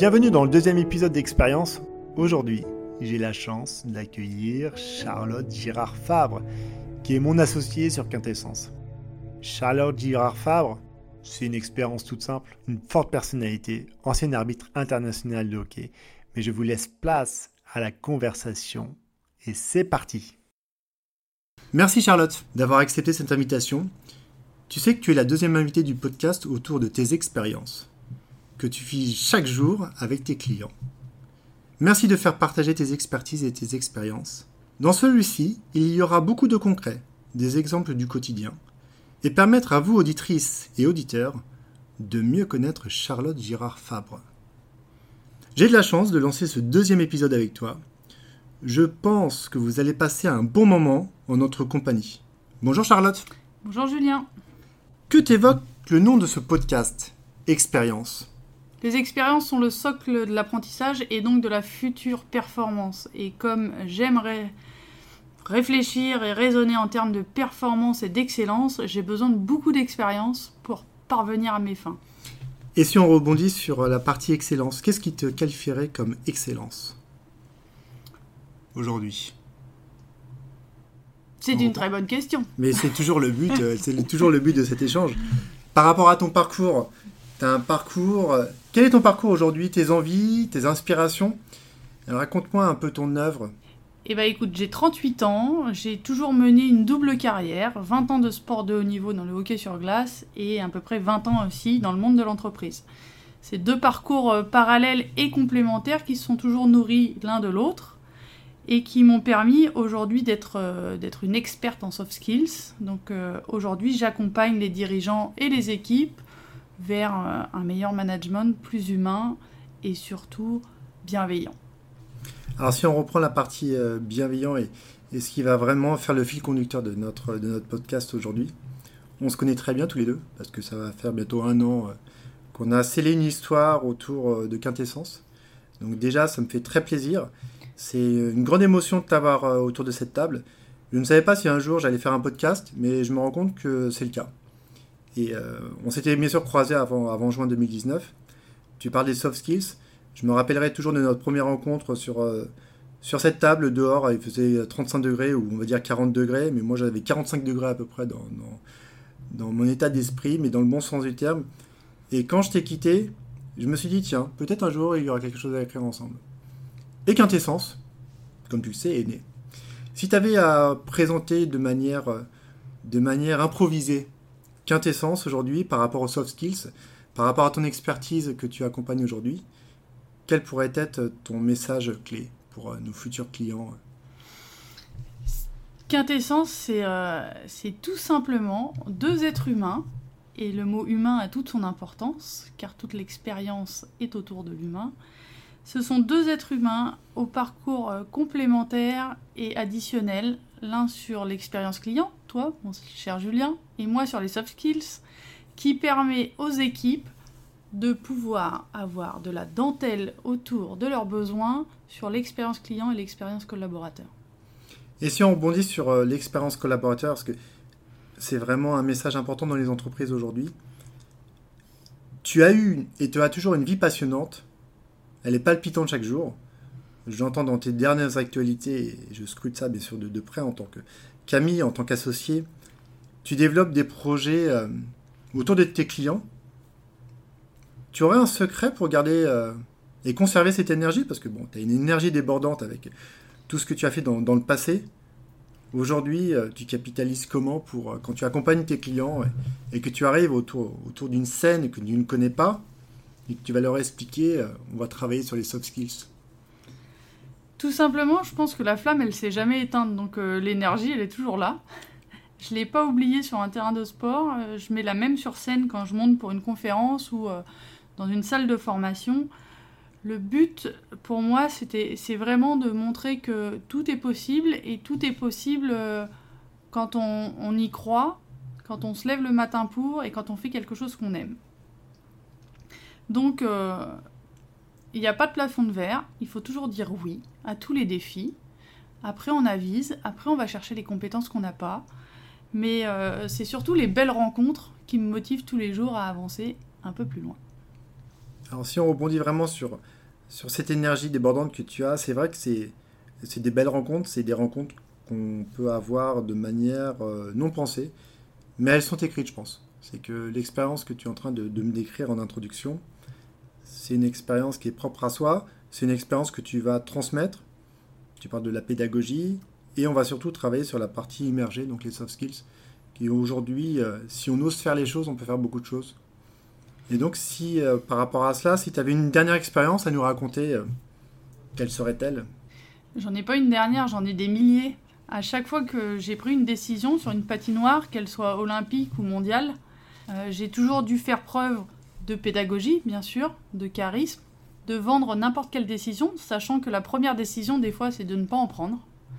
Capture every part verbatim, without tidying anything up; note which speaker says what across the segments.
Speaker 1: Bienvenue dans le deuxième épisode d'Expérience. Aujourd'hui, j'ai la chance d'accueillir Charlotte Girard-Fabre, qui est mon associée sur Quintessence. Charlotte Girard-Fabre, c'est une expérience toute simple, une forte personnalité, ancienne arbitre internationale de hockey. Mais je vous laisse place à la conversation et c'est parti. Merci Charlotte d'avoir accepté cette invitation. Tu sais que tu es la deuxième invitée du podcast autour de tes expériences, que tu vis chaque jour avec tes clients. Merci de faire partager tes expertises et tes expériences. Dans celui-ci, il y aura beaucoup de concret, des exemples du quotidien, et permettre à vous, auditrices et auditeurs, de mieux connaître Charlotte Girard-Fabre. J'ai de la chance de lancer ce deuxième épisode avec toi. Je pense que vous allez passer un bon moment en notre compagnie. Bonjour Charlotte.
Speaker 2: Bonjour Julien.
Speaker 1: Que t'évoque le nom de ce podcast, Expérience ?
Speaker 2: Les expériences sont le socle de l'apprentissage et donc de la future performance. Et comme j'aimerais réfléchir et raisonner en termes de performance et d'excellence, j'ai besoin de beaucoup d'expérience pour parvenir à mes fins.
Speaker 1: Et si on rebondit sur la partie excellence, qu'est-ce qui te qualifierait comme excellence aujourd'hui ?
Speaker 2: C'est une très bonne question.
Speaker 1: Mais c'est toujours le but, c'est toujours le but de cet échange. Par rapport à ton parcours, tu as un parcours... Quel est ton parcours aujourd'hui, tes envies, tes inspirations ? Raconte-moi un peu ton œuvre.
Speaker 2: Eh bien écoute, j'ai trente-huit ans, j'ai toujours mené une double carrière, vingt ans de sport de haut niveau dans le hockey sur glace et à peu près vingt ans aussi dans le monde de l'entreprise. C'est deux parcours parallèles et complémentaires qui se sont toujours nourris l'un de l'autre et qui m'ont permis aujourd'hui d'être, euh, d'être une experte en soft skills. Donc euh, aujourd'hui, j'accompagne les dirigeants et les équipes vers euh, un meilleur management plus humain et surtout bienveillant.
Speaker 1: Alors si on reprend la partie euh, bienveillant et, et ce qui va vraiment faire le fil conducteur de notre, de notre podcast aujourd'hui, on se connaît très bien tous les deux, parce que ça va faire bientôt un an euh, qu'on a scellé une histoire autour euh, de Quintessence. Donc déjà, ça me fait très plaisir. C'est une grande émotion de t'avoir euh, autour de cette table. Je ne savais pas si un jour j'allais faire un podcast, mais je me rends compte que c'est le cas. Et euh, on s'était bien sûr croisés avant, avant juin deux mille dix-neuf. Tu parles des soft skills. Je me rappellerai toujours de notre première rencontre sur, euh, sur cette table dehors. Il faisait trente-cinq degrés ou on va dire quarante degrés, mais moi j'avais quarante-cinq degrés à peu près dans, dans, dans mon état d'esprit, mais dans le bon sens du terme. Et quand je t'ai quitté, je me suis dit tiens, peut-être un jour il y aura quelque chose à écrire ensemble. Et Quintessence, comme tu le sais, est né. Si tu avais à présenter de manière, de manière improvisée Quintessence aujourd'hui par rapport aux soft skills, par rapport à ton expertise que tu accompagnes aujourd'hui, quel pourrait être ton message clé pour nos futurs clients ?
Speaker 2: Quintessence, c'est, euh, c'est tout simplement deux êtres humains, et le mot humain a toute son importance, car toute l'expérience est autour de l'humain. Ce sont deux êtres humains au parcours euh, complémentaire et additionnel, l'un sur l'expérience client, toi, mon cher Julien, et moi sur les soft skills, qui permet aux équipes de pouvoir avoir de la dentelle autour de leurs besoins sur l'expérience client et l'expérience collaborateur.
Speaker 1: Et si on rebondit sur euh, l'expérience collaborateur, parce que c'est vraiment un message important dans les entreprises aujourd'hui, tu as eu et tu as toujours une vie passionnante, elle est palpitante chaque jour. J'entends dans tes dernières actualités, et je scrute ça bien sûr de, de près en tant que Camille, en tant qu'associé, tu développes des projets euh, autour de tes clients. Tu aurais un secret pour garder euh, et conserver cette énergie ? Parce que bon, tu as une énergie débordante avec tout ce que tu as fait dans, dans le passé. Aujourd'hui, euh, tu capitalises comment pour, euh, quand tu accompagnes tes clients et, et que tu arrives autour, autour d'une scène que tu ne connais pas et que tu vas leur expliquer, euh, on va travailler sur les soft skills.
Speaker 2: Tout simplement, je pense que la flamme, elle ne s'est jamais éteinte, donc euh, l'énergie, elle est toujours là. Je ne l'ai pas oubliée sur un terrain de sport, euh, je mets la même sur scène quand je monte pour une conférence ou euh, dans une salle de formation. Le but, pour moi, c'était, c'est vraiment de montrer que tout est possible, et tout est possible euh, quand on, on y croit, quand on se lève le matin pour, et quand on fait quelque chose qu'on aime. Donc, euh, il n'y a pas de plafond de verre, il faut toujours dire oui à tous les défis. Après, on avise, après, on va chercher les compétences qu'on n'a pas. Mais euh, c'est surtout les belles rencontres qui me motivent tous les jours à avancer un peu plus loin.
Speaker 1: Alors si on rebondit vraiment sur, sur cette énergie débordante que tu as, c'est vrai que c'est, c'est des belles rencontres, c'est des rencontres qu'on peut avoir de manière euh, non pensée, mais elles sont écrites, je pense. C'est que l'expérience que tu es en train de, de me décrire en introduction, c'est une expérience qui est propre à soi, c'est une expérience que tu vas transmettre, tu parles de la pédagogie, et on va surtout travailler sur la partie immergée, donc les soft skills, qui aujourd'hui, euh, si on ose faire les choses, on peut faire beaucoup de choses. Et donc, si euh, par rapport à cela, si tu avais une dernière expérience à nous raconter, euh, quelle serait-elle?
Speaker 2: J'en ai pas une dernière, j'en ai des milliers. À chaque fois que j'ai pris une décision sur une patinoire, qu'elle soit olympique ou mondiale, euh, j'ai toujours dû faire preuve de pédagogie, bien sûr, de charisme, de vendre n'importe quelle décision, sachant que la première décision, des fois, c'est de ne pas en prendre.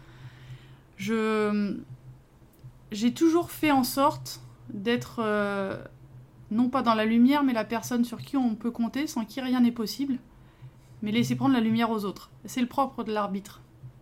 Speaker 2: Je... J'ai toujours fait en sorte d'être, euh, non pas dans la lumière, mais la personne sur qui on peut compter, sans qui rien n'est possible, mais laisser prendre la lumière aux autres. C'est le propre de l'arbitre.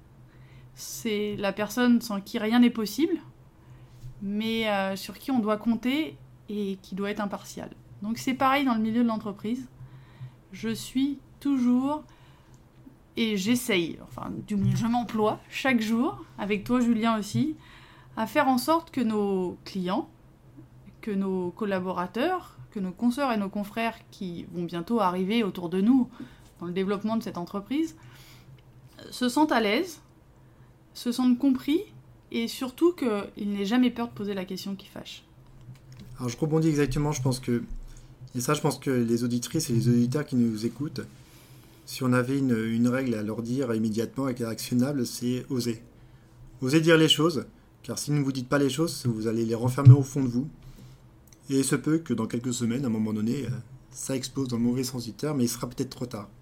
Speaker 2: C'est la personne sans qui rien n'est possible, mais euh, sur qui on doit compter et qui doit être impartial. Donc c'est pareil dans le milieu de l'entreprise. Je suis toujours, et j'essaye, enfin du moins je m'emploie chaque jour, avec toi Julien aussi, à faire en sorte que nos clients, que nos collaborateurs, que nos consoeurs et nos confrères qui vont bientôt arriver autour de nous dans le développement de cette entreprise, se sentent à l'aise, se sentent compris et surtout qu'ils n'aient jamais peur de poser la question qui fâche.
Speaker 1: Alors je rebondis exactement, je pense que, et ça je pense que les auditrices et les auditeurs qui nous écoutent, si on avait une, une règle à leur dire immédiatement et qui est actionnable, c'est oser. Oser dire les choses, car si vous ne vous dites pas les choses, vous allez les renfermer au fond de vous. Et il se peut que dans quelques semaines, à un moment donné, ça explose dans le mauvais sens du terme, mais il sera peut-être trop tard.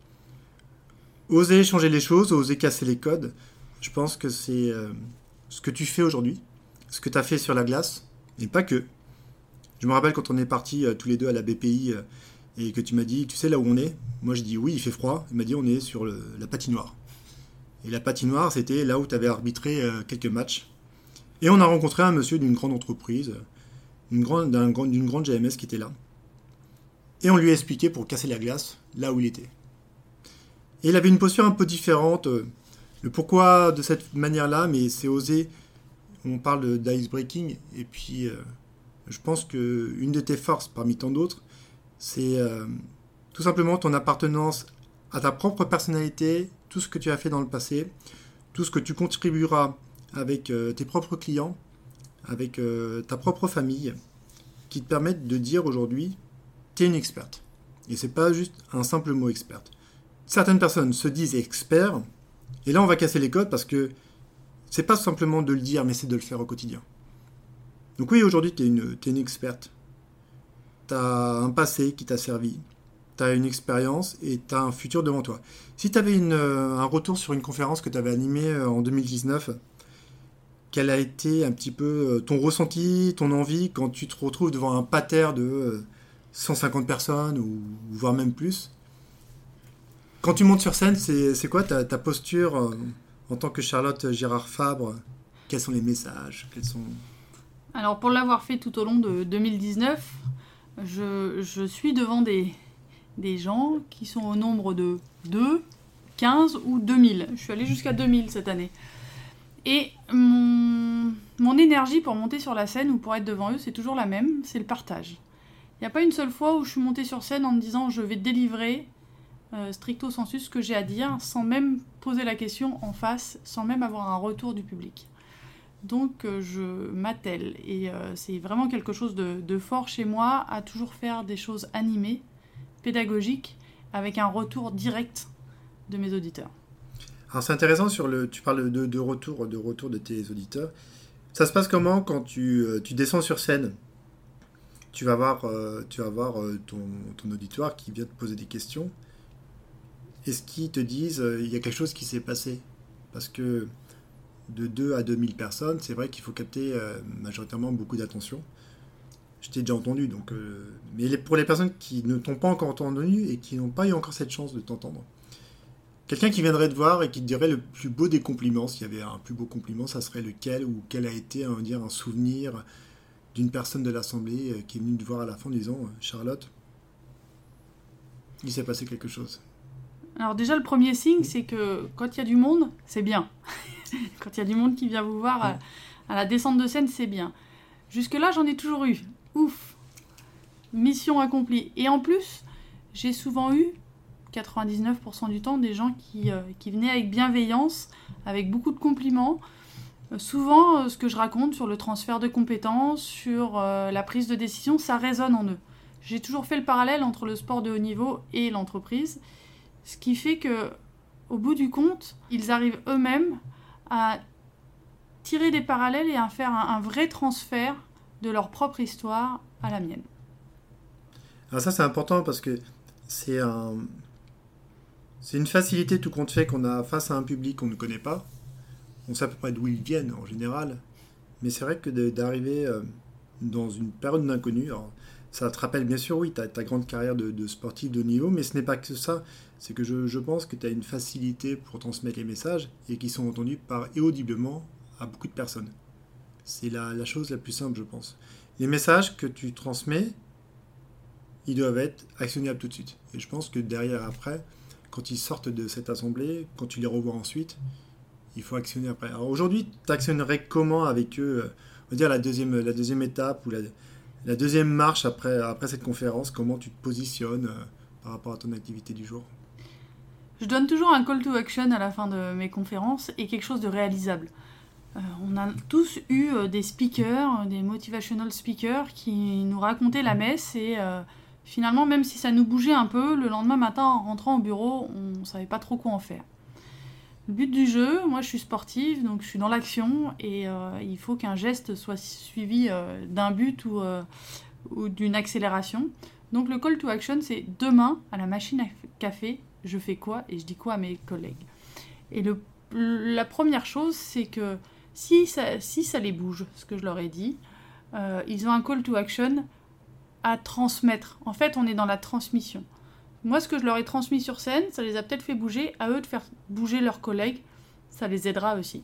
Speaker 1: Oser changer les choses, oser casser les codes, je pense que c'est euh, ce que tu fais aujourd'hui, ce que tu as fait sur la glace, et pas que. Je me rappelle quand on est partis euh, tous les deux à la B P I euh, et que tu m'as dit, tu sais là où on est? Moi je dis oui, il fait froid. Il m'a dit on est sur le, la patinoire. Et la patinoire, c'était là où tu avais arbitré euh, quelques matchs. Et on a rencontré un monsieur d'une grande entreprise, d'une grande, d'un, d'une grande G M S qui était là. Et on lui a expliqué pour casser la glace là où il était. Et il avait une posture un peu différente. Euh, le pourquoi de cette manière-là, mais c'est oser. On parle d'ice breaking, et puis euh, je pense qu'une de tes forces parmi tant d'autres, c'est euh, tout simplement ton appartenance à ta propre personnalité, tout ce que tu as fait dans le passé, tout ce que tu contribueras avec euh, tes propres clients, avec euh, ta propre famille, qui te permettent de dire aujourd'hui, tu es une experte. Et c'est pas juste un simple mot experte. Certaines personnes se disent experts, et là on va casser les codes parce que c'est pas simplement de le dire, mais c'est de le faire au quotidien. Donc oui, aujourd'hui tu es une, t'es une experte. Tu as un passé qui t'a servi, tu as une expérience et tu as un futur devant toi. Si tu avais une, un retour sur une conférence que tu avais animée en deux mille dix-neuf, quel a été un petit peu ton ressenti, ton envie quand tu te retrouves devant un pater de cent cinquante personnes ou voire même plus? Quand tu montes sur scène, c'est, c'est quoi ta, ta posture euh, en tant que Charlotte Girard Fabre? Quels sont les messages? Quels sont...
Speaker 2: Alors pour l'avoir fait tout au long de deux mille dix-neuf, je, je suis devant des, des gens qui sont au nombre de deux, quinze ou deux mille. Je suis allée jusqu'à deux mille cette année. Et mon, mon énergie pour monter sur la scène ou pour être devant eux, c'est toujours la même, c'est le partage. Il n'y a pas une seule fois où je suis montée sur scène en me disant je vais délivrer euh, stricto sensu ce que j'ai à dire, sans même poser la question en face, sans même avoir un retour du public. Donc euh, je m'attelle et euh, c'est vraiment quelque chose de, de fort chez moi à toujours faire des choses animées, pédagogiques, avec un retour direct de mes auditeurs.
Speaker 1: Alors c'est intéressant, sur le, tu parles de, de, retour, de retour de tes auditeurs. Ça se passe comment quand tu, tu descends sur scène? Tu vas voir, euh, tu vas voir euh, ton, ton auditoire qui vient te poser des questions. Est-ce qu'ils te disent euh, il y a quelque chose qui s'est passé? Parce que de deux à deux mille personnes, c'est vrai qu'il faut capter euh, majoritairement beaucoup d'attention. Je t'ai déjà entendu, donc, euh, mais les, pour les personnes qui ne t'ont pas encore entendu et qui n'ont pas eu encore cette chance de t'entendre, quelqu'un qui viendrait te voir et qui te dirait le plus beau des compliments, s'il y avait un plus beau compliment, ça serait lequel, ou quel a été on va dire, un souvenir d'une personne de l'Assemblée qui est venue te voir à la fin en disant « Charlotte, il s'est passé quelque chose.
Speaker 2: Alors déjà, le premier signe, c'est que quand il y a du monde, c'est bien. Quand il y a du monde qui vient vous voir à, à la descente de scène, c'est bien. Jusque-là, j'en ai toujours eu. Ouf. Mission accomplie. Et en plus, j'ai souvent eu, quatre-vingt-dix-neuf pour cent du temps, des gens qui, euh, qui venaient avec bienveillance, avec beaucoup de compliments. Euh, souvent, euh, ce que je raconte sur le transfert de compétences, sur euh, la prise de décision, ça résonne en eux. J'ai toujours fait le parallèle entre le sport de haut niveau et l'entreprise. Ce qui fait que, au bout du compte, ils arrivent eux-mêmes à tirer des parallèles et à faire un, un vrai transfert de leur propre histoire à la mienne.
Speaker 1: Alors ça, c'est important parce que c'est, un... c'est une facilité tout compte fait qu'on a face à un public qu'on ne connaît pas. On sait à peu près d'où ils viennent en général. Mais c'est vrai que de, d'arriver euh, dans une période d'inconnu, alors, ça te rappelle bien sûr, oui, ta, ta grande carrière de, de sportif de haut niveau, mais ce n'est pas que ça. C'est que je, je pense que tu as une facilité pour transmettre les messages et qui sont entendus par et audiblement à beaucoup de personnes. C'est la, la chose la plus simple, je pense. Les messages que tu transmets, ils doivent être actionnables tout de suite. Et je pense que derrière, après, quand ils sortent de cette assemblée, quand tu les revois ensuite, il faut actionner après. Alors aujourd'hui, tu actionnerais comment avec eux, on va dire la deuxième, la deuxième étape ou la, la deuxième marche après, après cette conférence, comment tu te positionnes euh, par rapport à ton activité du jour?
Speaker 2: Je donne toujours un call to action à la fin de mes conférences et quelque chose de réalisable. Euh, on a tous eu euh, des speakers, des motivational speakers qui nous racontaient la messe et euh, finalement, même si ça nous bougeait un peu, le lendemain matin, en rentrant au bureau, on ne savait pas trop quoi en faire. Le but du jeu, moi je suis sportive, donc je suis dans l'action et euh, il faut qu'un geste soit suivi euh, d'un but ou, euh, ou d'une accélération. Donc le call to action, c'est demain, à la machine à café, je fais quoi et je dis quoi à mes collègues. Et le, la première chose, c'est que si ça, si ça les bouge, ce que je leur ai dit, euh, ils ont un call to action à transmettre. En fait, on est dans la transmission. Moi, ce que je leur ai transmis sur scène, ça les a peut-être fait bouger, à eux de faire bouger leurs collègues, ça les aidera aussi.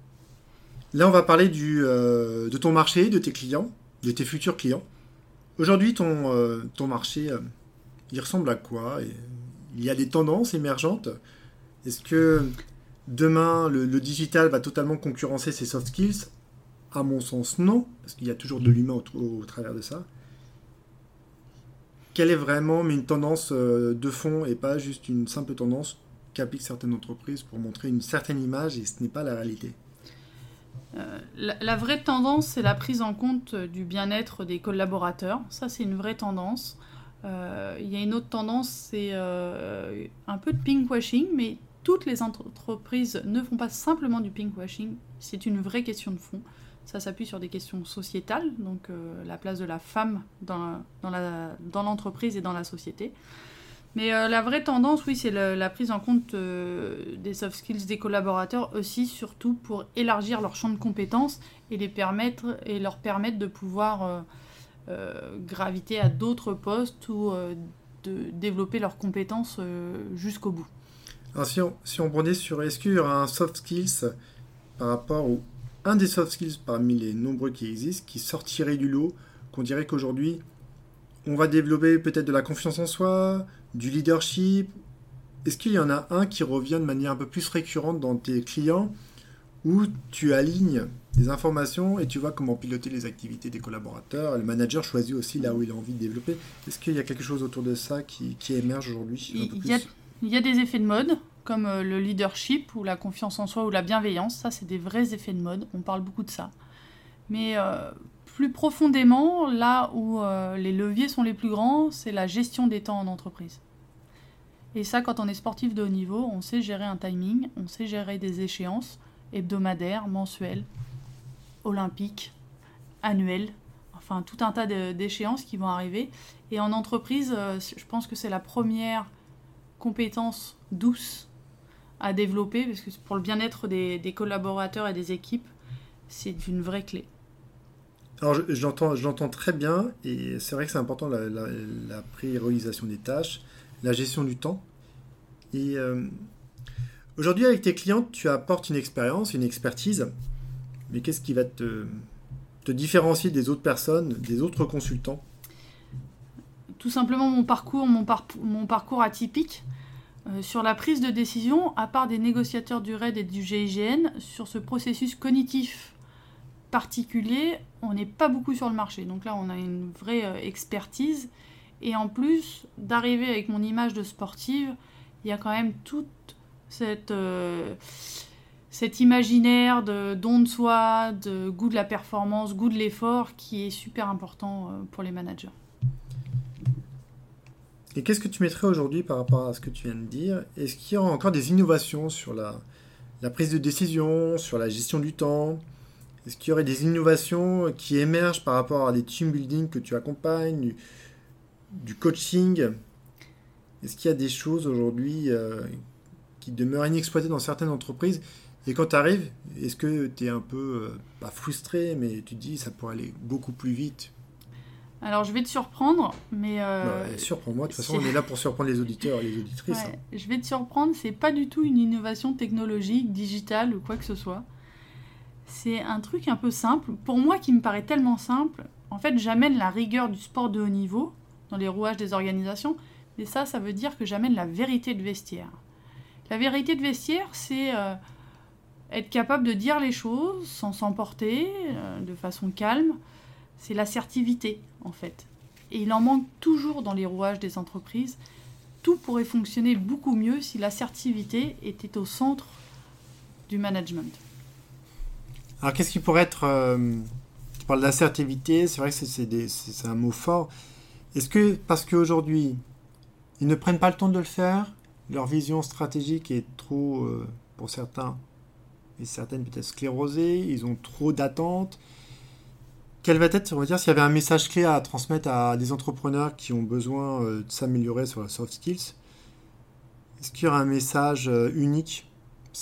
Speaker 1: Là, on va parler du, euh, de ton marché, de tes clients, de tes futurs clients. Aujourd'hui, ton, euh, ton marché, euh, il ressemble à quoi? Et il y a des tendances émergentes. Est-ce que demain, le, le digital va totalement concurrencer ces soft skills? À mon sens, non, parce qu'il y a toujours de l'humain au, au, au travers de ça. Quelle est vraiment mais une tendance euh, de fond et pas juste une simple tendance qu'appliquent certaines entreprises pour montrer une certaine image et ce n'est pas la réalité?
Speaker 2: Euh, la, la vraie tendance, c'est la prise en compte du bien-être des collaborateurs. Ça, c'est une vraie tendance. Euh, il y a une autre tendance, c'est euh, un peu de pinkwashing, mais toutes les entreprises ne font pas simplement du pinkwashing. C'est une vraie question de fond. Ça s'appuie sur des questions sociétales, donc euh, la place de la femme dans, dans, la, dans l'entreprise et dans la société. Mais euh, la vraie tendance, oui, c'est le, la prise en compte euh, des soft skills des collaborateurs aussi, surtout pour élargir leur champ de compétences et, les permettre, et leur permettre de pouvoir euh, euh, graviter à d'autres postes ou euh, de développer leurs compétences euh, jusqu'au bout.
Speaker 1: Alors si on, si on bondit sur, est-ce qu'il y aura un soft skills par rapport au un des soft skills parmi les nombreux qui existent, qui sortirait du lot, qu'on dirait qu'aujourd'hui, on va développer peut-être de la confiance en soi, du leadership. Est-ce qu'il y en a un qui revient de manière un peu plus récurrente dans tes clients, où tu alignes des informations et tu vois comment piloter les activités des collaborateurs? Le manager choisit aussi là où il a envie de développer. Est-ce qu'il y a quelque chose autour de ça qui, qui émerge aujourd'hui?
Speaker 2: Il y, a, il y a des effets de mode, comme le leadership ou la confiance en soi ou la bienveillance. Ça, c'est des vrais effets de mode. On parle beaucoup de ça. Mais euh, plus profondément, là où euh, les leviers sont les plus grands, c'est la gestion des temps en entreprise. Et ça, quand on est sportif de haut niveau, on sait gérer un timing, on sait gérer des échéances hebdomadaires, mensuelles, olympiques, annuelles, enfin tout un tas de, d'échéances qui vont arriver. Et en entreprise, euh, je pense que c'est la première compétence douce à développer, parce que pour le bien-être des, des collaborateurs et des équipes, c'est une vraie clé.
Speaker 1: Alors je, je, l'entends, je l'entends très bien, et c'est vrai que c'est important la, la, la priorisation des tâches, la gestion du temps. Et euh, aujourd'hui, avec tes clients, tu apportes une expérience, une expertise, mais qu'est-ce qui va te, te différencier des autres personnes, des autres consultants?
Speaker 2: tout simplement mon parcours, mon, par- mon parcours atypique euh, sur la prise de décision, à part des négociateurs du R A I D et du G I G N, sur ce processus cognitif particulier, on n'est pas beaucoup sur le marché. Donc là, on a une vraie euh, expertise. Et en plus, d'arriver avec mon image de sportive, il y a quand même toute cette, euh, cet imaginaire de don de soi, de goût de la performance, goût de l'effort, qui est super important euh, pour les managers.
Speaker 1: Et qu'est-ce que tu mettrais aujourd'hui par rapport à ce que tu viens de dire ? Est-ce qu'il y aura encore des innovations sur la, la prise de décision, sur la gestion du temps ? Est-ce qu'il y aurait des innovations qui émergent par rapport à des team building que tu accompagnes, du, du coaching ? Est-ce qu'il y a des choses aujourd'hui euh, qui demeurent inexploitées dans certaines entreprises ? Et quand tu arrives, est-ce que tu es un peu, euh, pas frustré, mais tu te dis ça pourrait aller beaucoup plus vite ?
Speaker 2: Alors, je vais te surprendre, mais... Euh,
Speaker 1: non, surprends-moi, de toute façon, on est là pour surprendre les auditeurs et les auditrices.
Speaker 2: Ouais,
Speaker 1: hein.
Speaker 2: Je vais te surprendre, c'est pas du tout une innovation technologique, digitale ou quoi que ce soit. C'est un truc un peu simple. Pour moi, qui me paraît tellement simple, en fait, j'amène la rigueur du sport de haut niveau dans les rouages des organisations, mais ça, ça veut dire que j'amène la vérité de vestiaire. La vérité de vestiaire, c'est euh, être capable de dire les choses sans s'emporter, euh, de façon calme. C'est l'assertivité, en fait. Et il en manque toujours dans les rouages des entreprises. Tout pourrait fonctionner beaucoup mieux si l'assertivité était au centre du management.
Speaker 1: Alors, qu'est-ce qui pourrait être... Euh, tu parles d'assertivité, c'est vrai que c'est, c'est, des, c'est, c'est un mot fort. Est-ce que, parce qu'aujourd'hui, ils ne prennent pas le temps de le faire, leur vision stratégique est trop, euh, pour certains, et certaines peut-être sclérosée, ils ont trop d'attentes. Quel va être, on va dire, s'il y avait un message clé à transmettre à des entrepreneurs qui ont besoin euh, de s'améliorer sur la soft skills ? Est-ce qu'il y aura un message euh, unique, sincère ?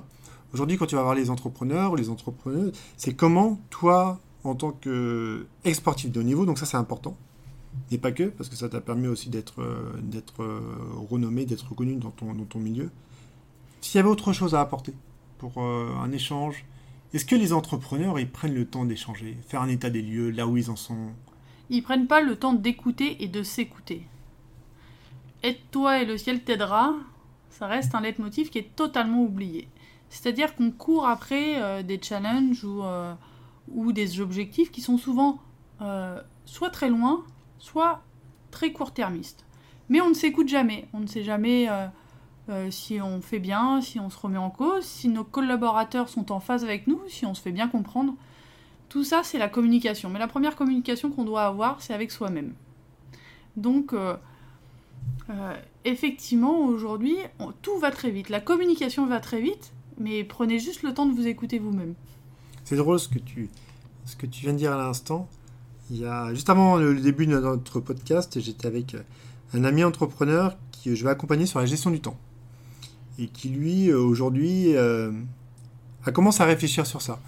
Speaker 1: Aujourd'hui, quand tu vas voir les entrepreneurs ou les entrepreneuses, c'est comment, toi, en tant qu'ex-sportif de haut niveau, donc ça c'est important, et pas que, parce que ça t'a permis aussi d'être, euh, d'être euh, renommé, d'être reconnu dans ton, dans ton milieu. S'il y avait autre chose à apporter pour euh, un échange, est-ce que les entrepreneurs, ils prennent le temps d'échanger, faire un état des lieux, là où ils en sont ?
Speaker 2: Ils prennent pas le temps d'écouter et de s'écouter. Aide-toi et le ciel t'aidera, ça reste un leitmotiv qui est totalement oublié. C'est-à-dire qu'on court après euh, des challenges ou, euh, ou des objectifs qui sont souvent euh, soit très loin, soit très court-termistes. Mais on ne s'écoute jamais. On ne sait jamais euh, euh, si on fait bien, si on se remet en cause, si nos collaborateurs sont en phase avec nous, si on se fait bien comprendre. Tout ça, c'est la communication. Mais la première communication qu'on doit avoir, c'est avec soi-même. Donc, euh, euh, effectivement, aujourd'hui, on, tout va très vite. La communication va très vite, mais prenez juste le temps de vous écouter vous-même.
Speaker 1: C'est drôle ce que tu, ce que tu viens de dire à l'instant. Il y a, juste avant le début de notre podcast, j'étais avec un ami entrepreneur que je vais accompagner sur la gestion du temps. Et qui, lui, aujourd'hui, euh, a commencé à réfléchir sur ça.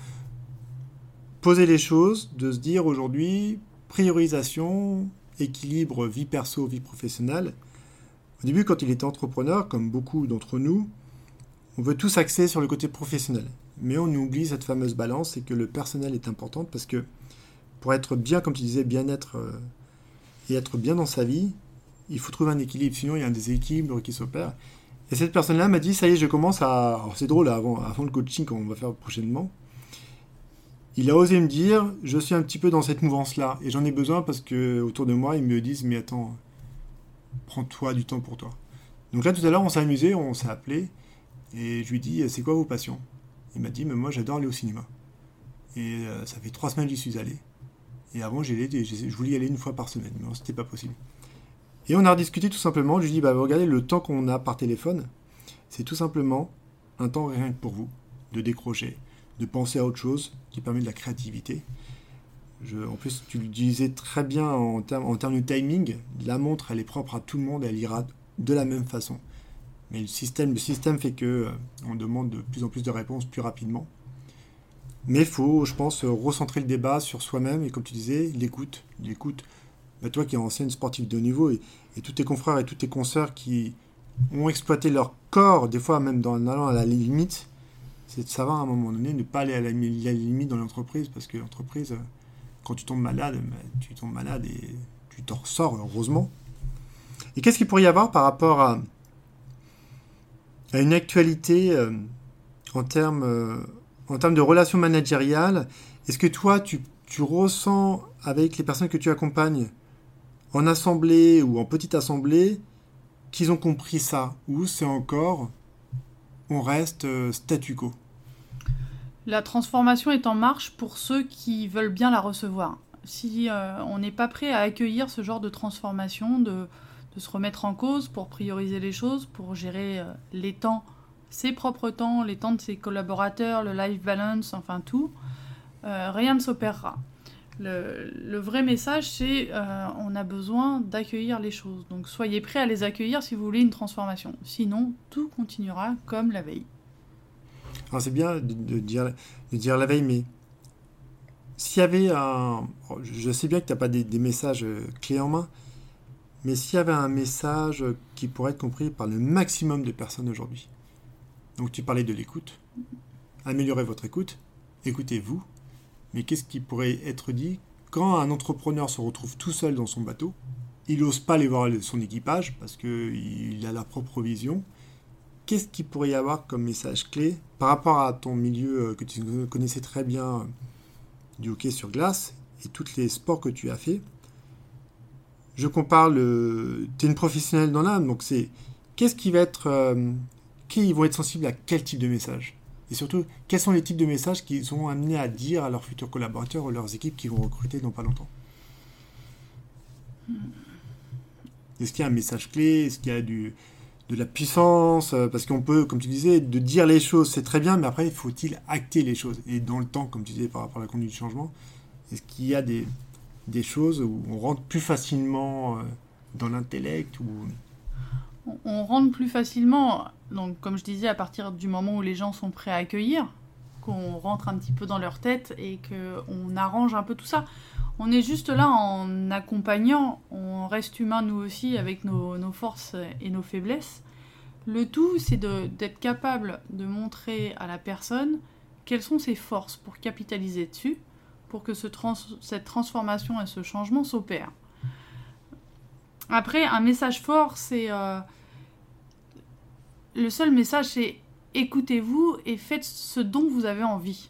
Speaker 1: Poser les choses, de se dire aujourd'hui, priorisation, équilibre vie perso, vie professionnelle. Au début, quand il était entrepreneur, comme beaucoup d'entre nous, on veut tous axer sur le côté professionnel. Mais on oublie cette fameuse balance et que le personnel est important parce que pour être bien, comme tu disais, bien être euh, et être bien dans sa vie, il faut trouver un équilibre. Sinon, il y a un déséquilibre qui s'opère. Et cette personne-là m'a dit, ça y est, je commence à... Alors, c'est drôle, avant, avant le coaching qu'on va faire prochainement, il a osé me dire, je suis un petit peu dans cette mouvance-là. Et j'en ai besoin parce que autour de moi, ils me disent, mais attends, prends-toi du temps pour toi. Donc là, tout à l'heure, on s'est amusé, on s'est appelé. Et je lui dis, c'est quoi vos passions ? Il m'a dit, mais moi, j'adore aller au cinéma. Et euh, ça fait trois semaines que j'y suis allé. Et avant, j'ai, j'ai, je voulais y aller une fois par semaine, mais c'était pas possible. Et on a rediscuté tout simplement. Je lui ai dit, bah, regardez, le temps qu'on a par téléphone, c'est tout simplement un temps rien que pour vous, de décrocher, de penser à autre chose qui permet de la créativité. Je, en plus, tu le disais très bien en termes, en termes de timing. La montre, elle est propre à tout le monde, elle ira de la même façon. Mais le système, le système fait que euh, on demande de plus en plus de réponses plus rapidement. Mais il faut, je pense, recentrer le débat sur soi-même et comme tu disais, l'écoute. L'écoute. Bah, toi qui es ancienne sportive de haut niveau et, et tous tes confrères et toutes tes consoeurs qui ont exploité leur corps, des fois même en allant à la limite, c'est de savoir à un moment donné ne pas aller à la, à la limite dans l'entreprise parce que l'entreprise, quand tu tombes malade, bah, tu tombes malade et tu tu t'en ressors, heureusement. Et qu'est-ce qu'il pourrait y avoir par rapport à, à une actualité euh, en termes euh, en termes de relations managériales? Est-ce que toi, tu, tu ressens avec les personnes que tu accompagnes en assemblée ou en petite assemblée qu'ils ont compris ça? Ou c'est encore, on reste euh, statu quo?
Speaker 2: La transformation est en marche pour ceux qui veulent bien la recevoir. Si euh, on n'est pas prêt à accueillir ce genre de transformation, de, de se remettre en cause pour prioriser les choses, pour gérer euh, les temps, ses propres temps, les temps de ses collaborateurs, le life balance, enfin tout, euh, rien ne s'opérera. Le, le vrai message, c'est euh, on a besoin d'accueillir les choses. Donc soyez prêts à les accueillir si vous voulez une transformation. Sinon, tout continuera comme la veille.
Speaker 1: Alors c'est bien de, de, dire, de dire la veille, mais s'il y avait un... Je sais bien que tu n'as pas des, des messages clés en main, mais s'il y avait un message qui pourrait être compris par le maximum de personnes aujourd'hui. Donc tu parlais de l'écoute. Améliorez votre écoute. Écoutez-vous. Mais qu'est-ce qui pourrait être dit quand un entrepreneur se retrouve tout seul dans son bateau? Il n'ose pas aller voir son équipage parce qu'il a la propre vision. Qu'est-ce qu'il pourrait y avoir comme message clé par rapport à ton milieu que tu connaissais très bien du hockey sur glace et tous les sports que tu as fait? Je compare le... Tu es une professionnelle dans l'âme, donc c'est... Qu'est-ce qui va être... Euh... Qui vont être sensibles à quel type de message? Et surtout, quels sont les types de messages qu'ils sont amenés à dire à leurs futurs collaborateurs ou leurs équipes qui vont recruter dans pas longtemps? Est-ce qu'il y a un message clé? Est-ce qu'il y a du... de la puissance? Parce qu'on peut, comme tu disais, de dire les choses, c'est très bien, mais après, faut-il acter les choses? Et dans le temps, comme tu disais, par rapport à la conduite du changement, est-ce qu'il y a des, des choses où on rentre plus facilement dans l'intellect ou...
Speaker 2: On rentre plus facilement, donc comme je disais, à partir du moment où les gens sont prêts à accueillir, qu'on rentre un petit peu dans leur tête et qu'on arrange un peu tout ça. On est juste là en accompagnant, on reste humain nous aussi avec nos, nos forces et nos faiblesses. Le tout, c'est de, d'être capable de montrer à la personne quelles sont ses forces pour capitaliser dessus, pour que ce trans, cette transformation et ce changement s'opèrent. Après, un message fort, c'est... Euh, le seul message, c'est écoutez-vous et faites ce dont vous avez envie.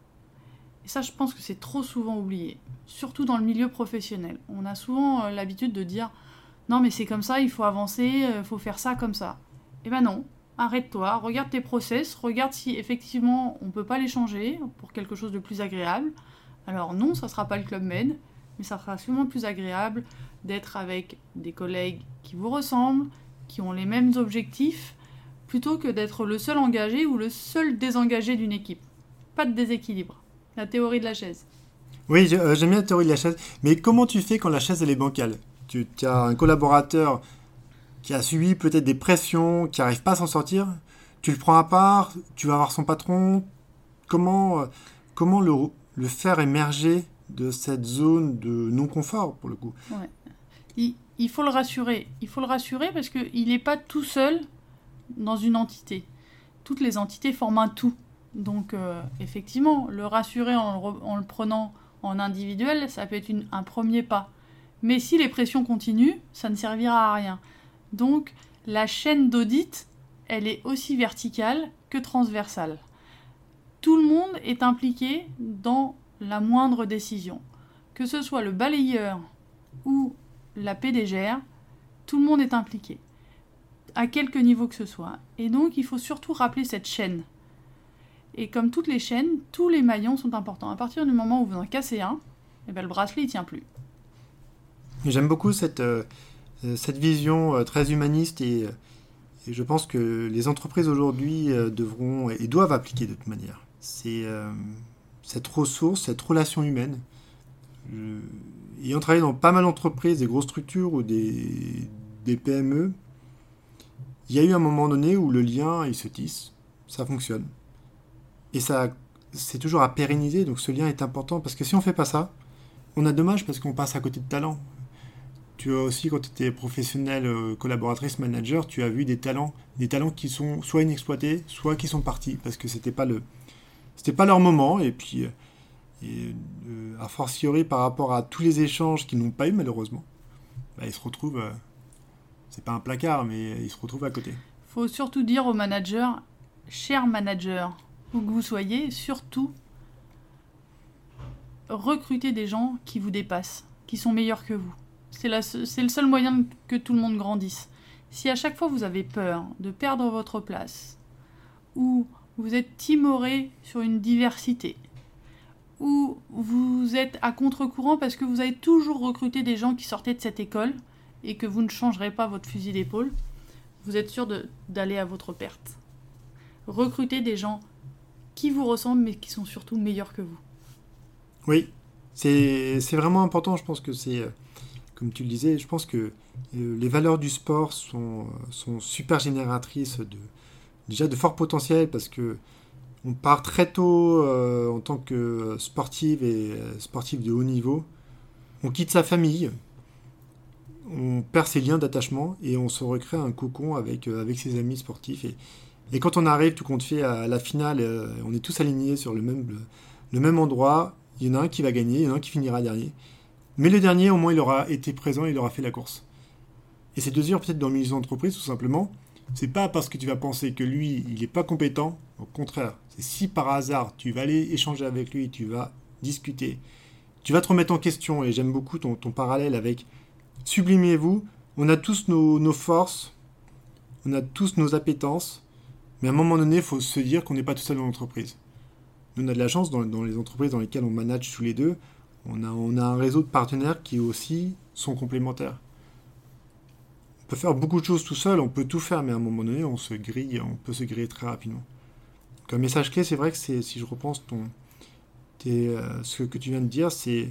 Speaker 2: Et ça, je pense que c'est trop souvent oublié, surtout dans le milieu professionnel. On a souvent euh, l'habitude de dire « Non, mais c'est comme ça, il faut avancer, il euh, faut faire ça comme ça. » Eh ben non, arrête-toi, regarde tes process, regarde si effectivement on ne peut pas les changer pour quelque chose de plus agréable. Alors non, ça ne sera pas le Club Med, mais ça sera sûrement plus agréable d'être avec des collègues qui vous ressemblent, qui ont les mêmes objectifs, plutôt que d'être le seul engagé ou le seul désengagé d'une équipe. Pas de déséquilibre. La théorie de la chaise.
Speaker 1: Oui, euh, j'aime bien la théorie de la chaise, mais comment tu fais quand la chaise elle est bancale? Tu, tu as un collaborateur qui a subi peut-être des pressions, qui n'arrive pas à s'en sortir, tu le prends à part, tu vas voir son patron, comment, euh, comment le, le faire émerger de cette zone de non-confort, pour le coup?
Speaker 2: Ouais. Il, il faut le rassurer. Il faut le rassurer parce qu'il n'est pas tout seul dans une entité. Toutes les entités forment un tout. Donc, euh, effectivement, le rassurer en le, re- en le prenant en individuel, ça peut être une, un premier pas. Mais si les pressions continuent, ça ne servira à rien. Donc, la chaîne d'audit, elle est aussi verticale que transversale. Tout le monde est impliqué dans la moindre décision. Que ce soit le balayeur ou la P D G R, tout le monde est impliqué, à quelque niveau que ce soit. Et donc, il faut surtout rappeler cette chaîne. Et comme toutes les chaînes, tous les maillons sont importants. À partir du moment où vous en cassez un, eh ben, le bracelet ne tient plus.
Speaker 1: J'aime beaucoup cette, euh, cette vision euh, très humaniste et, et je pense que les entreprises aujourd'hui euh, devront et doivent appliquer de toute manière. C'est euh, cette ressource, cette relation humaine. Je, ayant travaillé dans pas mal d'entreprises, des grosses structures ou des, des P M E, il y a eu un moment donné où le lien il se tisse, ça fonctionne. Et ça, c'est toujours à pérenniser, donc ce lien est important, parce que si on ne fait pas ça, on a dommage parce qu'on passe à côté de talents. Tu as aussi, quand tu étais professionnel, euh, collaboratrice, manager, tu as vu des talents, des talents qui sont soit inexploités, soit qui sont partis, parce que c'était pas le, c'était pas leur moment, et puis, et, euh, a fortiori par rapport à tous les échanges qu'ils n'ont pas eu malheureusement, bah, il se retrouve, euh, c'est pas un placard, mais il se retrouve à côté.
Speaker 2: Il faut surtout dire aux managers, chers managers, où que vous soyez, surtout recrutez des gens qui vous dépassent, qui sont meilleurs que vous. C'est, la, c'est le seul moyen que tout le monde grandisse. Si à chaque fois vous avez peur de perdre votre place, ou vous êtes timoré sur une diversité, ou vous êtes à contre-courant parce que vous avez toujours recruté des gens qui sortaient de cette école et que vous ne changerez pas votre fusil d'épaule, vous êtes sûr de, d'aller à votre perte. Recrutez des gens qui vous ressemblent mais qui sont surtout meilleurs que vous.
Speaker 1: Oui, c'est, c'est vraiment important. Je pense que c'est, euh, comme tu le disais, je pense que euh, les valeurs du sport sont, sont super génératrices de, déjà de fort potentiel parce que on part très tôt euh, en tant que sportive et euh, sportif de haut niveau. On quitte sa famille, on perd ses liens d'attachement et on se recrée un cocon avec, euh, avec ses amis sportifs. Et, et quand on arrive, tout compte fait, à la finale, euh, on est tous alignés sur le même, le, le même endroit. Il y en a un qui va gagner, il y en a un qui finira dernier. Mais le dernier, au moins, il aura été présent, il aura fait la course. Et c'est de dire peut-être dans le milieu d'entreprise, tout simplement, c'est pas parce que tu vas penser que lui, il n'est pas compétent. Au contraire, c'est si par hasard, tu vas aller échanger avec lui, tu vas discuter, tu vas te remettre en question. Et j'aime beaucoup ton, ton parallèle avec sublimez-vous. On a tous nos, nos forces, on a tous nos appétences, mais à un moment donné, il faut se dire qu'on n'est pas tout seul dans l'entreprise. Nous, on a de la chance dans, dans les entreprises dans lesquelles on manage tous les deux. On a, on a un réseau de partenaires qui aussi sont complémentaires. On peut faire beaucoup de choses tout seul, on peut tout faire, mais à un moment donné, on se grille, on peut se griller très rapidement. Donc, un message clé, c'est vrai que c'est, si je repense ton, tes, euh, ce que tu viens de dire, c'est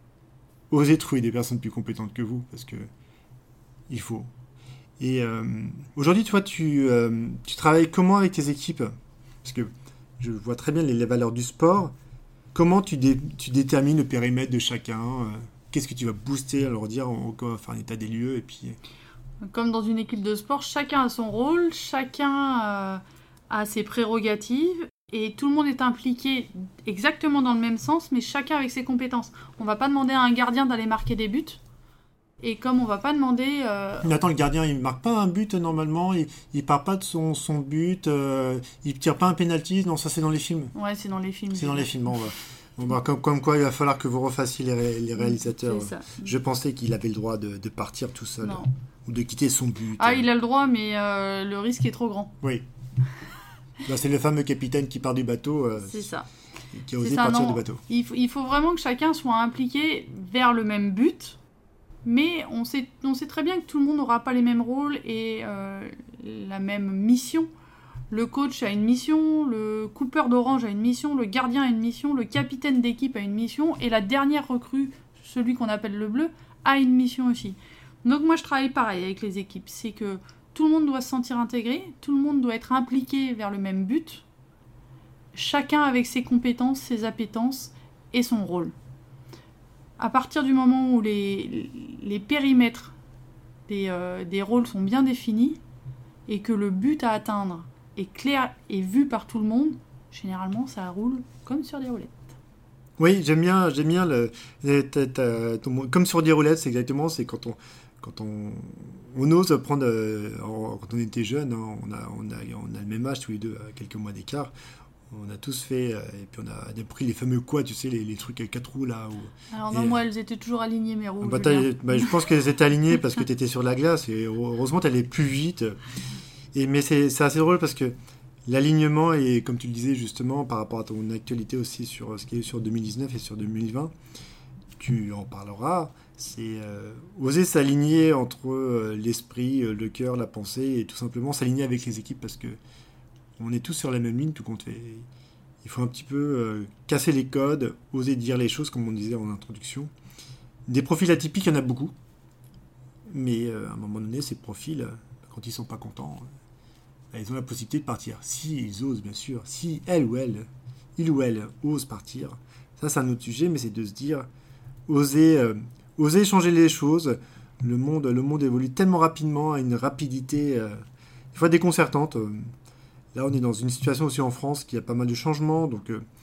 Speaker 1: oser trouver des personnes plus compétentes que vous, parce que il faut. Et euh, aujourd'hui, toi, tu, euh, tu travailles comment avec tes équipes ? Parce que je vois très bien les, les valeurs du sport. Comment tu, dé, tu détermines le périmètre de chacun ? euh, Qu'est-ce que tu vas booster, leur dire, on va faire un état des lieux, et puis...
Speaker 2: Comme dans une équipe de sport, chacun a son rôle, chacun euh, a ses prérogatives et tout le monde est impliqué exactement dans le même sens, mais chacun avec ses compétences. On ne va pas demander à un gardien d'aller marquer des buts, et comme on ne va pas demander... Euh...
Speaker 1: Mais attends, le gardien, il ne marque pas un but normalement, il ne part pas de son, son but, euh, il ne tire pas un penalty, non, ça c'est dans les films.
Speaker 2: Ouais, c'est dans les films.
Speaker 1: C'est dans les films, bon, on va... Bon, bah, comme, comme quoi, il va falloir que vous refassiez les, ré, les réalisateurs.
Speaker 2: C'est ça.
Speaker 1: Je pensais qu'il avait le droit de, de partir tout seul.
Speaker 2: Non.
Speaker 1: Ou de quitter son but.
Speaker 2: Ah, il a le droit, mais euh, le risque est trop grand.
Speaker 1: Oui. Bah, c'est le fameux capitaine qui part du bateau. Euh,
Speaker 2: c'est ça.
Speaker 1: Qui a osé
Speaker 2: ça,
Speaker 1: partir
Speaker 2: non.
Speaker 1: du bateau.
Speaker 2: Il faut, il faut vraiment que chacun soit impliqué vers le même but. Mais on sait, on sait très bien que tout le monde n'aura pas les mêmes rôles et euh, la même mission. Le coach a une mission, le coupeur d'orange a une mission, le gardien a une mission, le capitaine d'équipe a une mission, et la dernière recrue, celui qu'on appelle le bleu, a une mission aussi. Donc moi je travaille pareil avec les équipes, c'est que tout le monde doit se sentir intégré, tout le monde doit être impliqué vers le même but, chacun avec ses compétences, ses appétences et son rôle. À partir du moment où les, les périmètres des, euh, des rôles sont bien définis, et que le but à atteindre est clair et vu par tout le monde, généralement ça roule comme sur des roulettes.
Speaker 1: Oui, j'aime bien, j'aime bien le, t'as, t'as, ton, comme sur des roulettes, c'est exactement, c'est quand on, quand on, on ose prendre, euh, en, quand on était jeune, hein, on, a, on, a, on a le même âge tous les deux, à quelques mois d'écart, on a tous fait, euh, et puis on a, on a pris les fameux quads, tu sais, les, les trucs à quatre roues là. Où,
Speaker 2: Alors non,
Speaker 1: et,
Speaker 2: moi elles étaient toujours alignées mes roues.
Speaker 1: Bah, bah, je pense qu'elles étaient alignées parce que tu étais sur la glace, et heureusement tu allais plus vite. Et, mais c'est, c'est assez drôle parce que l'alignement, et comme tu le disais justement par rapport à ton actualité aussi sur ce qui est sur deux mille dix-neuf et sur deux mille vingt, tu en parleras, c'est euh, oser s'aligner entre euh, l'esprit, euh, le cœur, la pensée, et tout simplement s'aligner avec les équipes parce que on est tous sur la même ligne, tout compte fait. Il faut un petit peu euh, casser les codes, oser dire les choses comme on disait en introduction. Des profils atypiques, il y en a beaucoup, mais euh, à un moment donné, ces profils, euh, quand ils sont pas contents, euh, ils ont la possibilité de partir. Si ils osent, bien sûr. Si elle ou elle, il ou elle ose partir, ça c'est un autre sujet, mais c'est de se dire, oser, euh, oser changer les choses. Le monde, le monde évolue tellement rapidement, à une rapidité euh, des fois déconcertante. Là, on est dans une situation aussi en France qui a pas mal de changements, donc euh,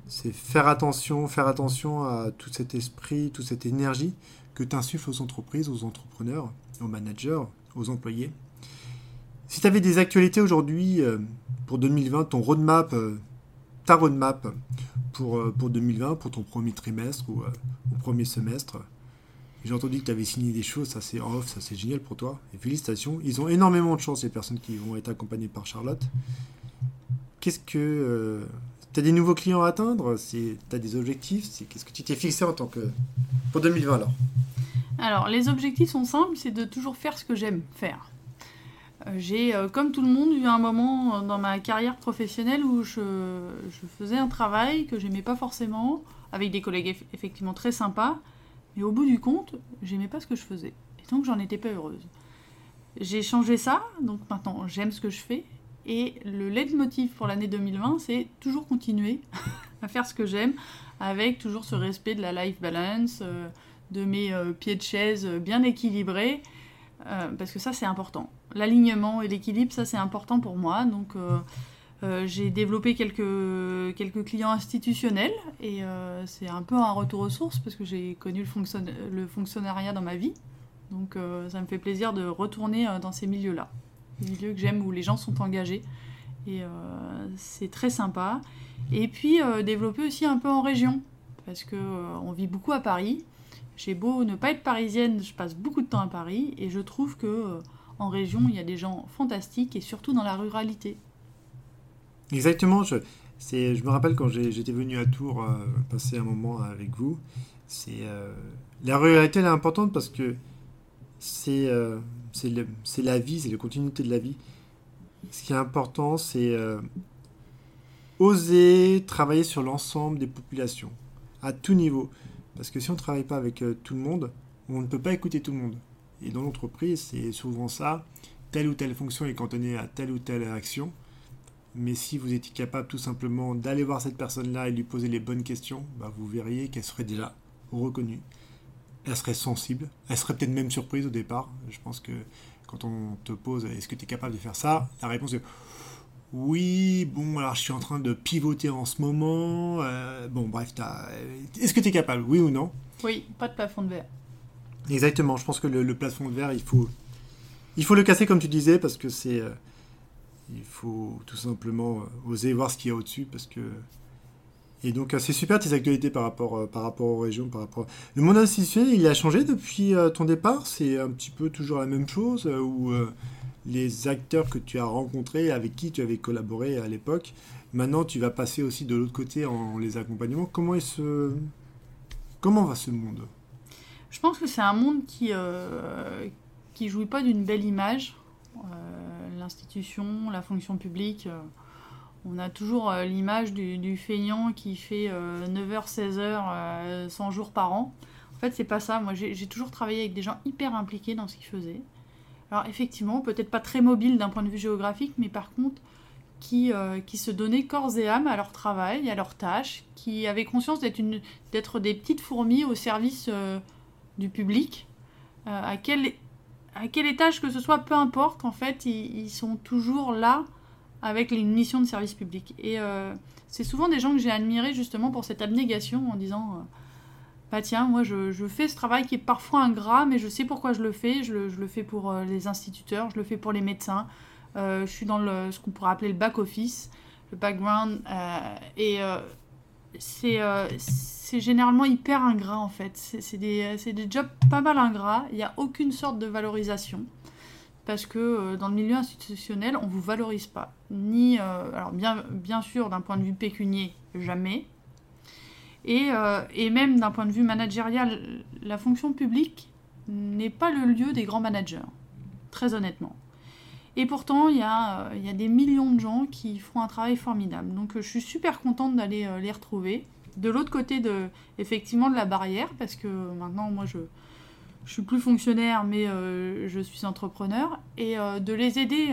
Speaker 1: c'est faire attention, faire attention à tout cet esprit, toute cette énergie que tu insuffles aux entreprises, aux entrepreneurs, aux managers, aux employés. Si tu avais des actualités aujourd'hui euh, pour deux mille vingt, ton roadmap, euh, ta roadmap pour, euh, pour deux mille vingt, pour ton premier trimestre ou, euh, ou premier semestre, j'ai entendu que tu avais signé des choses, ça c'est en off, ça c'est génial pour toi, et félicitations. Ils ont énormément de chance, les personnes qui vont être accompagnées par Charlotte. Qu'est-ce que... Euh, tu as des nouveaux clients à atteindre? Tu as des objectifs? c'est, Qu'est-ce que tu t'es fixé en tant que... pour deux mille vingt alors?
Speaker 2: Alors, les objectifs sont simples, c'est de toujours faire ce que j'aime faire. Euh, j'ai, euh, comme tout le monde, eu un moment dans ma carrière professionnelle où je, je faisais un travail que j'aimais pas forcément, avec des collègues eff- effectivement très sympas, mais au bout du compte, j'aimais pas ce que je faisais. Et donc, j'en étais pas heureuse. J'ai changé ça, donc maintenant, j'aime ce que je fais. Et le leitmotiv pour l'année deux mille vingt, c'est toujours continuer à faire ce que j'aime, avec toujours ce respect de la life balance, euh, de mes euh, pieds de chaise bien équilibrés, euh, parce que ça, c'est important. L'alignement et l'équilibre, ça, c'est important pour moi. Donc, euh, euh, j'ai développé quelques, quelques clients institutionnels, et euh, c'est un peu un retour aux sources, parce que j'ai connu le, fonctionn- le fonctionnariat dans ma vie. Donc, euh, ça me fait plaisir de retourner euh, dans ces milieux-là. Des milieux que j'aime où les gens sont engagés et euh, c'est très sympa. Et puis euh, développer aussi un peu en région parce que euh, on vit beaucoup à Paris. J'ai beau ne pas être parisienne, je passe beaucoup de temps à Paris et je trouve que euh, en région il y a des gens fantastiques et surtout dans la ruralité.
Speaker 1: Exactement, je, c'est, je me rappelle quand j'ai, j'étais venu à Tours euh, passer un moment avec vous, c'est, euh, la ruralité elle est importante parce que c'est, euh, c'est, le- c'est la vie, c'est la continuité de la vie. Ce qui est important, c'est euh, oser travailler sur l'ensemble des populations, à tout niveau. Parce que si on ne travaille pas avec euh, tout le monde, on ne peut pas écouter tout le monde. Et dans l'entreprise, c'est souvent ça. Telle ou telle fonction est cantonnée à telle ou telle action. Mais si vous étiez capable tout simplement d'aller voir cette personne-là et lui poser les bonnes questions, bah, vous verriez qu'elle serait déjà reconnue. Elle serait sensible. Elle serait peut-être même surprise au départ. Je pense que quand on te pose est-ce que tu es capable de faire ça, la réponse est oui, bon, alors je suis en train de pivoter en ce moment. Euh, bon, bref, t'as... est-ce que tu es capable, oui ou non?
Speaker 2: Oui, pas de plafond de verre.
Speaker 1: Exactement, je pense que le, le plafond de verre, il faut, il faut le casser comme tu disais, parce que c'est... euh, il faut tout simplement euh, oser voir ce qu'il y a au-dessus, parce que... Et donc, euh, c'est super tes actualités par rapport, euh, par rapport aux régions, par rapport... Le monde institutionnel, il a changé depuis euh, ton départ? C'est un petit peu toujours la même chose, euh, ou euh, les acteurs que tu as rencontrés, avec qui tu avais collaboré à l'époque, maintenant tu vas passer aussi de l'autre côté en les accompagnant. Comment est ce... Comment va ce monde?
Speaker 2: Je pense que c'est un monde qui euh, qui jouit pas d'une belle image. Euh, l'institution, la fonction publique, euh, on a toujours euh, l'image du, du feignant qui fait euh, neuf heures seize heures euh, cent jours par an. En fait, c'est pas ça. Moi, j'ai, j'ai toujours travaillé avec des gens hyper impliqués dans ce qu'ils faisaient. Alors, effectivement, peut-être pas très mobiles d'un point de vue géographique, mais par contre, qui, euh, qui se donnaient corps et âme à leur travail, à leurs tâches, qui avaient conscience d'être, une, d'être des petites fourmis au service euh, du public. Euh, à, quel, à quel étage que ce soit, peu importe, en fait, ils, ils sont toujours là avec une mission de service public. Et euh, c'est souvent des gens que j'ai admirés justement pour cette abnégation en disant euh, bah tiens, moi je, je fais ce travail qui est parfois ingrat, mais je sais pourquoi je le fais. Je le, je le fais pour euh, les instituteurs, je le fais pour les médecins. Euh, je suis dans le, ce qu'on pourrait appeler le back-office, le background. Euh, et euh, c'est, euh, c'est généralement hyper ingrat en fait. C'est, c'est, des, c'est des jobs pas mal ingrats. Il n'y a aucune sorte de valorisation. Parce que euh, dans le milieu institutionnel, on ne vous valorise pas. Ni, euh, alors bien, bien sûr, d'un point de vue pécunier, jamais. Et, euh, et même d'un point de vue managérial, la fonction publique n'est pas le lieu des grands managers, très honnêtement. Et pourtant, il y a, euh, il y a des millions de gens qui font un travail formidable. Donc euh, je suis super contente d'aller euh, les retrouver. De l'autre côté, de, effectivement, de la barrière, parce que maintenant, moi, je... Je suis plus fonctionnaire, mais euh, je suis entrepreneur. Et euh, de les aider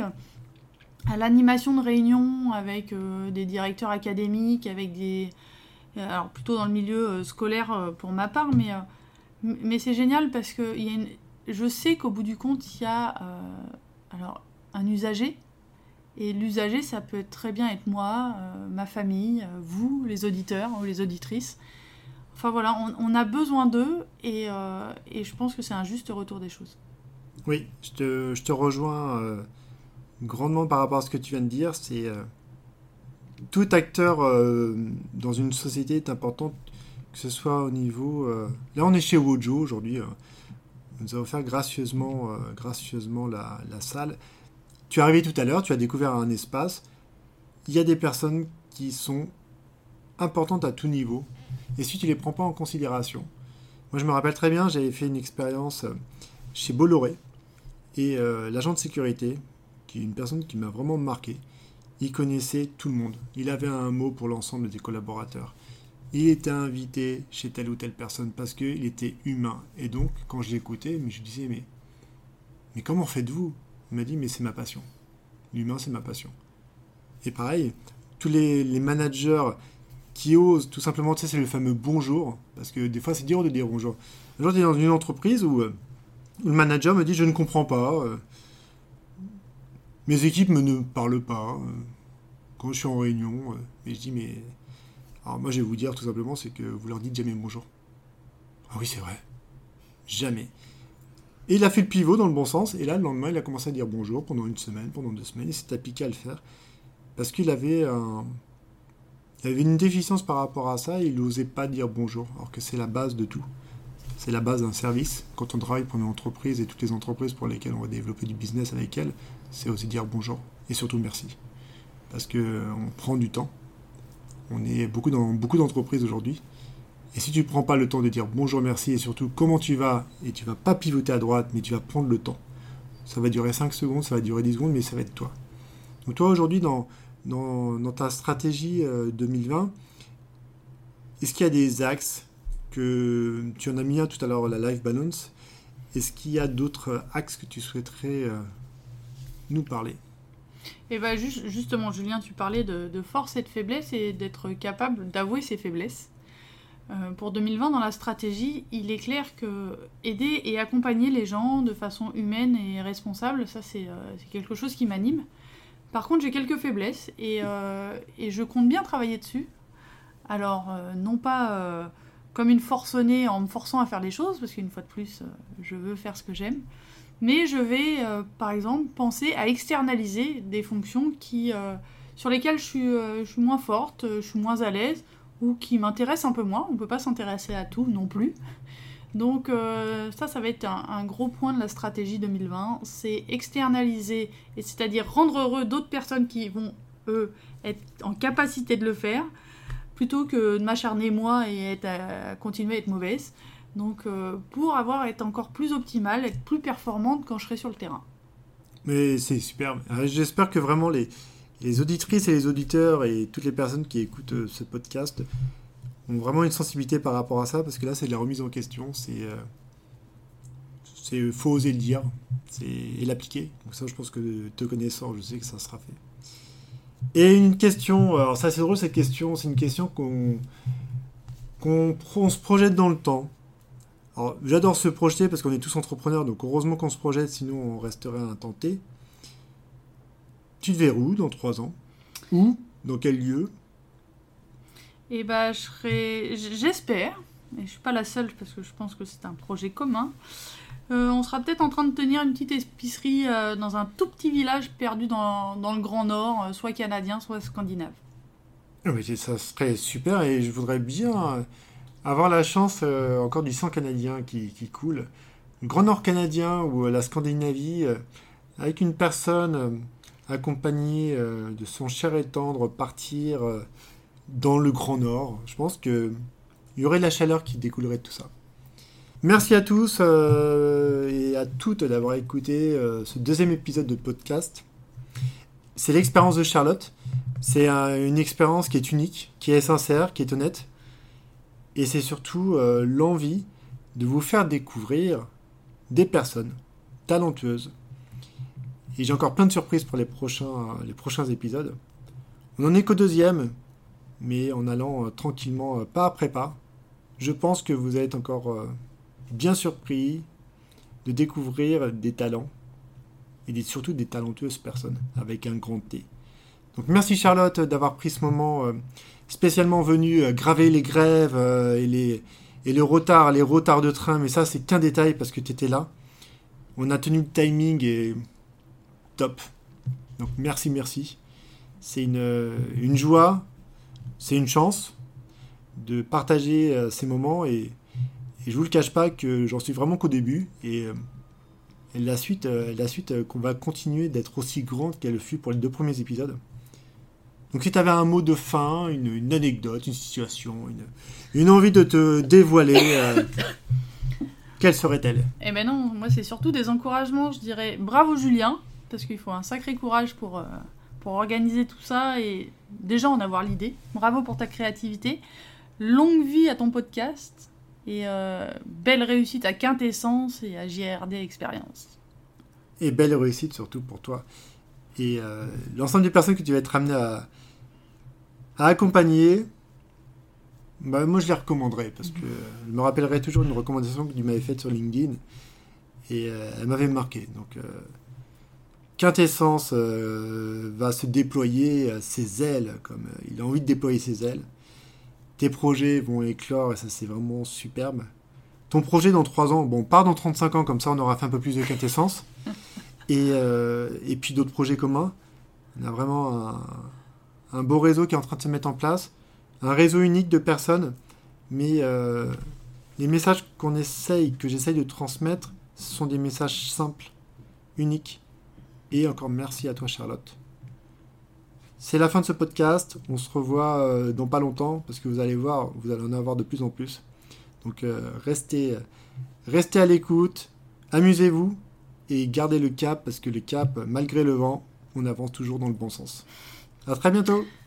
Speaker 2: à l'animation de réunions avec euh, des directeurs académiques, avec des... Alors plutôt dans le milieu euh, scolaire euh, pour ma part, mais, euh, mais c'est génial parce que y a une... je sais qu'au bout du compte, il y a euh, alors, un usager Et l'usager, ça peut très bien être moi, euh, ma famille, euh, vous, les auditeurs ou les auditrices. Enfin voilà, on, on a besoin d'eux et, euh, et je pense que c'est un juste retour des choses.
Speaker 1: Oui, je te, je te rejoins euh, grandement par rapport à ce que tu viens de dire. C'est euh, tout acteur euh, dans une société est important, que ce soit au niveau... Euh, là, on est chez Wojo aujourd'hui. Euh, on nous a offert gracieusement, euh, gracieusement la, la salle. Tu es arrivé tout à l'heure, tu as découvert un espace. Il y a des personnes qui sont importantes à tout niveau. Et si tu ne les prends pas en considération... Moi, je me rappelle très bien, j'avais fait une expérience chez Bolloré. Et euh, l'agent de sécurité, qui est une personne qui m'a vraiment marqué, il connaissait tout le monde. Il avait un mot pour l'ensemble des collaborateurs. Il était invité chez telle ou telle personne parce qu'il était humain. Et donc, quand je l'écoutais, je lui disais, mais, mais comment faites-vous ? Il m'a dit, mais c'est ma passion. L'humain, c'est ma passion. Et pareil, tous les, les managers qui osent, tout simplement, tu sais, c'est le fameux bonjour, parce que des fois, c'est dur de dire bonjour. Un jour, tu es dans une entreprise où euh, le manager me dit, je ne comprends pas, euh, mes équipes me ne parlent pas, euh, quand je suis en réunion, euh, et je dis, mais... Alors moi, je vais vous dire, tout simplement, c'est que vous leur dites jamais bonjour. Ah oui, c'est vrai. Jamais. Et il a fait le pivot dans le bon sens, et là, le lendemain, il a commencé à dire bonjour pendant une semaine, pendant deux semaines, il s'est appliqué à le faire, parce qu'il avait, un... il avait une déficience par rapport à ça, et il n'osait pas dire bonjour, alors que c'est la base de tout. C'est la base d'un service. Quand on travaille pour une entreprise, et toutes les entreprises pour lesquelles on va développer du business avec elles, c'est aussi dire bonjour, et surtout merci. Parce qu'on prend du temps, on est beaucoup dans beaucoup d'entreprises aujourd'hui, et si tu ne prends pas le temps de dire bonjour, merci, et surtout comment tu vas, et tu ne vas pas pivoter à droite, mais tu vas prendre le temps, ça va durer cinq secondes, ça va durer dix secondes, mais ça va être toi. Donc toi, aujourd'hui, dans, dans, dans ta stratégie euh, deux mille vingt, est-ce qu'il y a des axes que tu en as mis un tout à l'heure, la life balance, est-ce qu'il y a d'autres axes que tu souhaiterais euh, nous parler ?
Speaker 2: Et bien juste, justement, Julien, tu parlais de, de force et de faiblesse et d'être capable d'avouer ses faiblesses. Euh, pour deux mille vingt, dans la stratégie, il est clair que aider et accompagner les gens de façon humaine et responsable, ça c'est, euh, c'est quelque chose qui m'anime. Par contre, j'ai quelques faiblesses et, euh, et je compte bien travailler dessus. Alors, euh, non pas euh, comme une forcenée en me forçant à faire les choses, parce qu'une fois de plus, euh, je veux faire ce que j'aime, mais je vais, euh, par exemple, penser à externaliser des fonctions qui, euh, sur lesquelles je suis, euh, je suis moins forte, je suis moins à l'aise, ou qui m'intéressent un peu moins. On ne peut pas s'intéresser à tout non plus. Donc euh, ça, ça va être un, un gros point de la stratégie deux mille vingt, c'est externaliser, et c'est-à-dire rendre heureux d'autres personnes qui vont, eux, être en capacité de le faire, plutôt que de m'acharner moi et être à, continuer à être mauvaise. Donc euh, pour avoir être encore plus optimale, être plus performante quand je serai sur le terrain.
Speaker 1: Mais c'est super. J'espère que vraiment les, les auditrices et les auditeurs et toutes les personnes qui écoutent ce podcast ont vraiment une sensibilité par rapport à ça, parce que là c'est de la remise en question, c'est euh, c'est faut oser le dire, c'est et l'appliquer. Donc ça, je pense que te connaissant, je sais que ça sera fait. Et une question, alors ça c'est drôle cette question, c'est une question qu'on qu'on on se projette dans le temps. Alors, j'adore se projeter parce qu'on est tous entrepreneurs, donc heureusement qu'on se projette, sinon on resterait à un temps T. Tu te verras où dans trois ans ? Où ? Dans quel lieu ?
Speaker 2: Et bah, je serai, j'espère, et je suis pas la seule parce que je pense que c'est un projet commun, euh, on sera peut-être en train de tenir une petite épicerie euh, dans un tout petit village perdu dans, dans le Grand Nord, euh, soit canadien, soit scandinave.
Speaker 1: Ah oui, ça serait super, et je voudrais bien... Euh, avoir la chance, euh, encore du sang canadien qui, qui coule. Le Grand Nord canadien ou euh, la Scandinavie, euh, avec une personne euh, accompagnée euh, de son cher et tendre, partir euh, dans le Grand Nord. Je pense qu'il y aurait de la chaleur qui découlerait de tout ça. Merci à tous euh, et à toutes d'avoir écouté euh, ce deuxième épisode de podcast. C'est l'expérience de Charlotte. C'est un, une expérience qui est unique, qui est sincère, qui est honnête. Et c'est surtout euh, l'envie de vous faire découvrir des personnes talentueuses. Et j'ai encore plein de surprises pour les prochains, les prochains épisodes. On n'en est qu'au deuxième, mais en allant euh, tranquillement, euh, pas après pas. Je pense que vous allez être encore euh, bien surpris de découvrir des talents et des, surtout des talentueuses personnes, avec un grand T. Donc merci Charlotte d'avoir pris ce moment euh, spécialement venu euh, graver les grèves euh, et, les, et le retard, les retards de train, mais ça c'est qu'un détail parce que tu étais là. On a tenu le timing et top. Donc merci, merci. C'est une, une joie, c'est une chance de partager euh, ces moments et, et je vous le cache pas que j'en suis vraiment qu'au début et, euh, et la suite, euh, la suite euh, qu'on va continuer d'être aussi grande qu'elle fut pour les deux premiers épisodes. Donc si tu avais un mot de fin, une, une anecdote, une situation, une, une envie de te dévoiler, euh, quelle serait-elle ?
Speaker 2: Eh ben non, moi c'est surtout des encouragements, je dirais bravo Julien, parce qu'il faut un sacré courage pour, euh, pour organiser tout ça et déjà en avoir l'idée. Bravo pour ta créativité. Longue vie à ton podcast et euh, belle réussite à Quintessence et à J R D Expérience.
Speaker 1: Et belle réussite surtout pour toi. Et euh, l'ensemble des personnes que tu vas être amené à, à accompagner, bah, moi je les recommanderais parce que je me rappellerai toujours une recommandation que tu m'avais faite sur LinkedIn et euh, elle m'avait marqué. Donc euh, Quintessence euh, va se déployer euh, ses ailes comme euh, il a envie de déployer ses ailes. Tes projets vont éclore et ça c'est vraiment superbe. Ton projet dans trois ans, bon, part dans trente-cinq ans, comme ça on aura fait un peu plus de Quintessence. Et, euh, et puis d'autres projets communs. On a vraiment un, un beau réseau qui est en train de se mettre en place. Un réseau unique de personnes. Mais euh, les messages qu'on essaye, que j'essaye de transmettre, ce sont des messages simples, uniques. Et encore merci à toi Charlotte. C'est la fin de ce podcast. On se revoit euh, dans pas longtemps parce que vous allez voir, vous allez en avoir de plus en plus. Donc euh, restez, restez à l'écoute, amusez-vous et gardez le cap parce que le cap, malgré le vent, on avance toujours dans le bon sens. À très bientôt.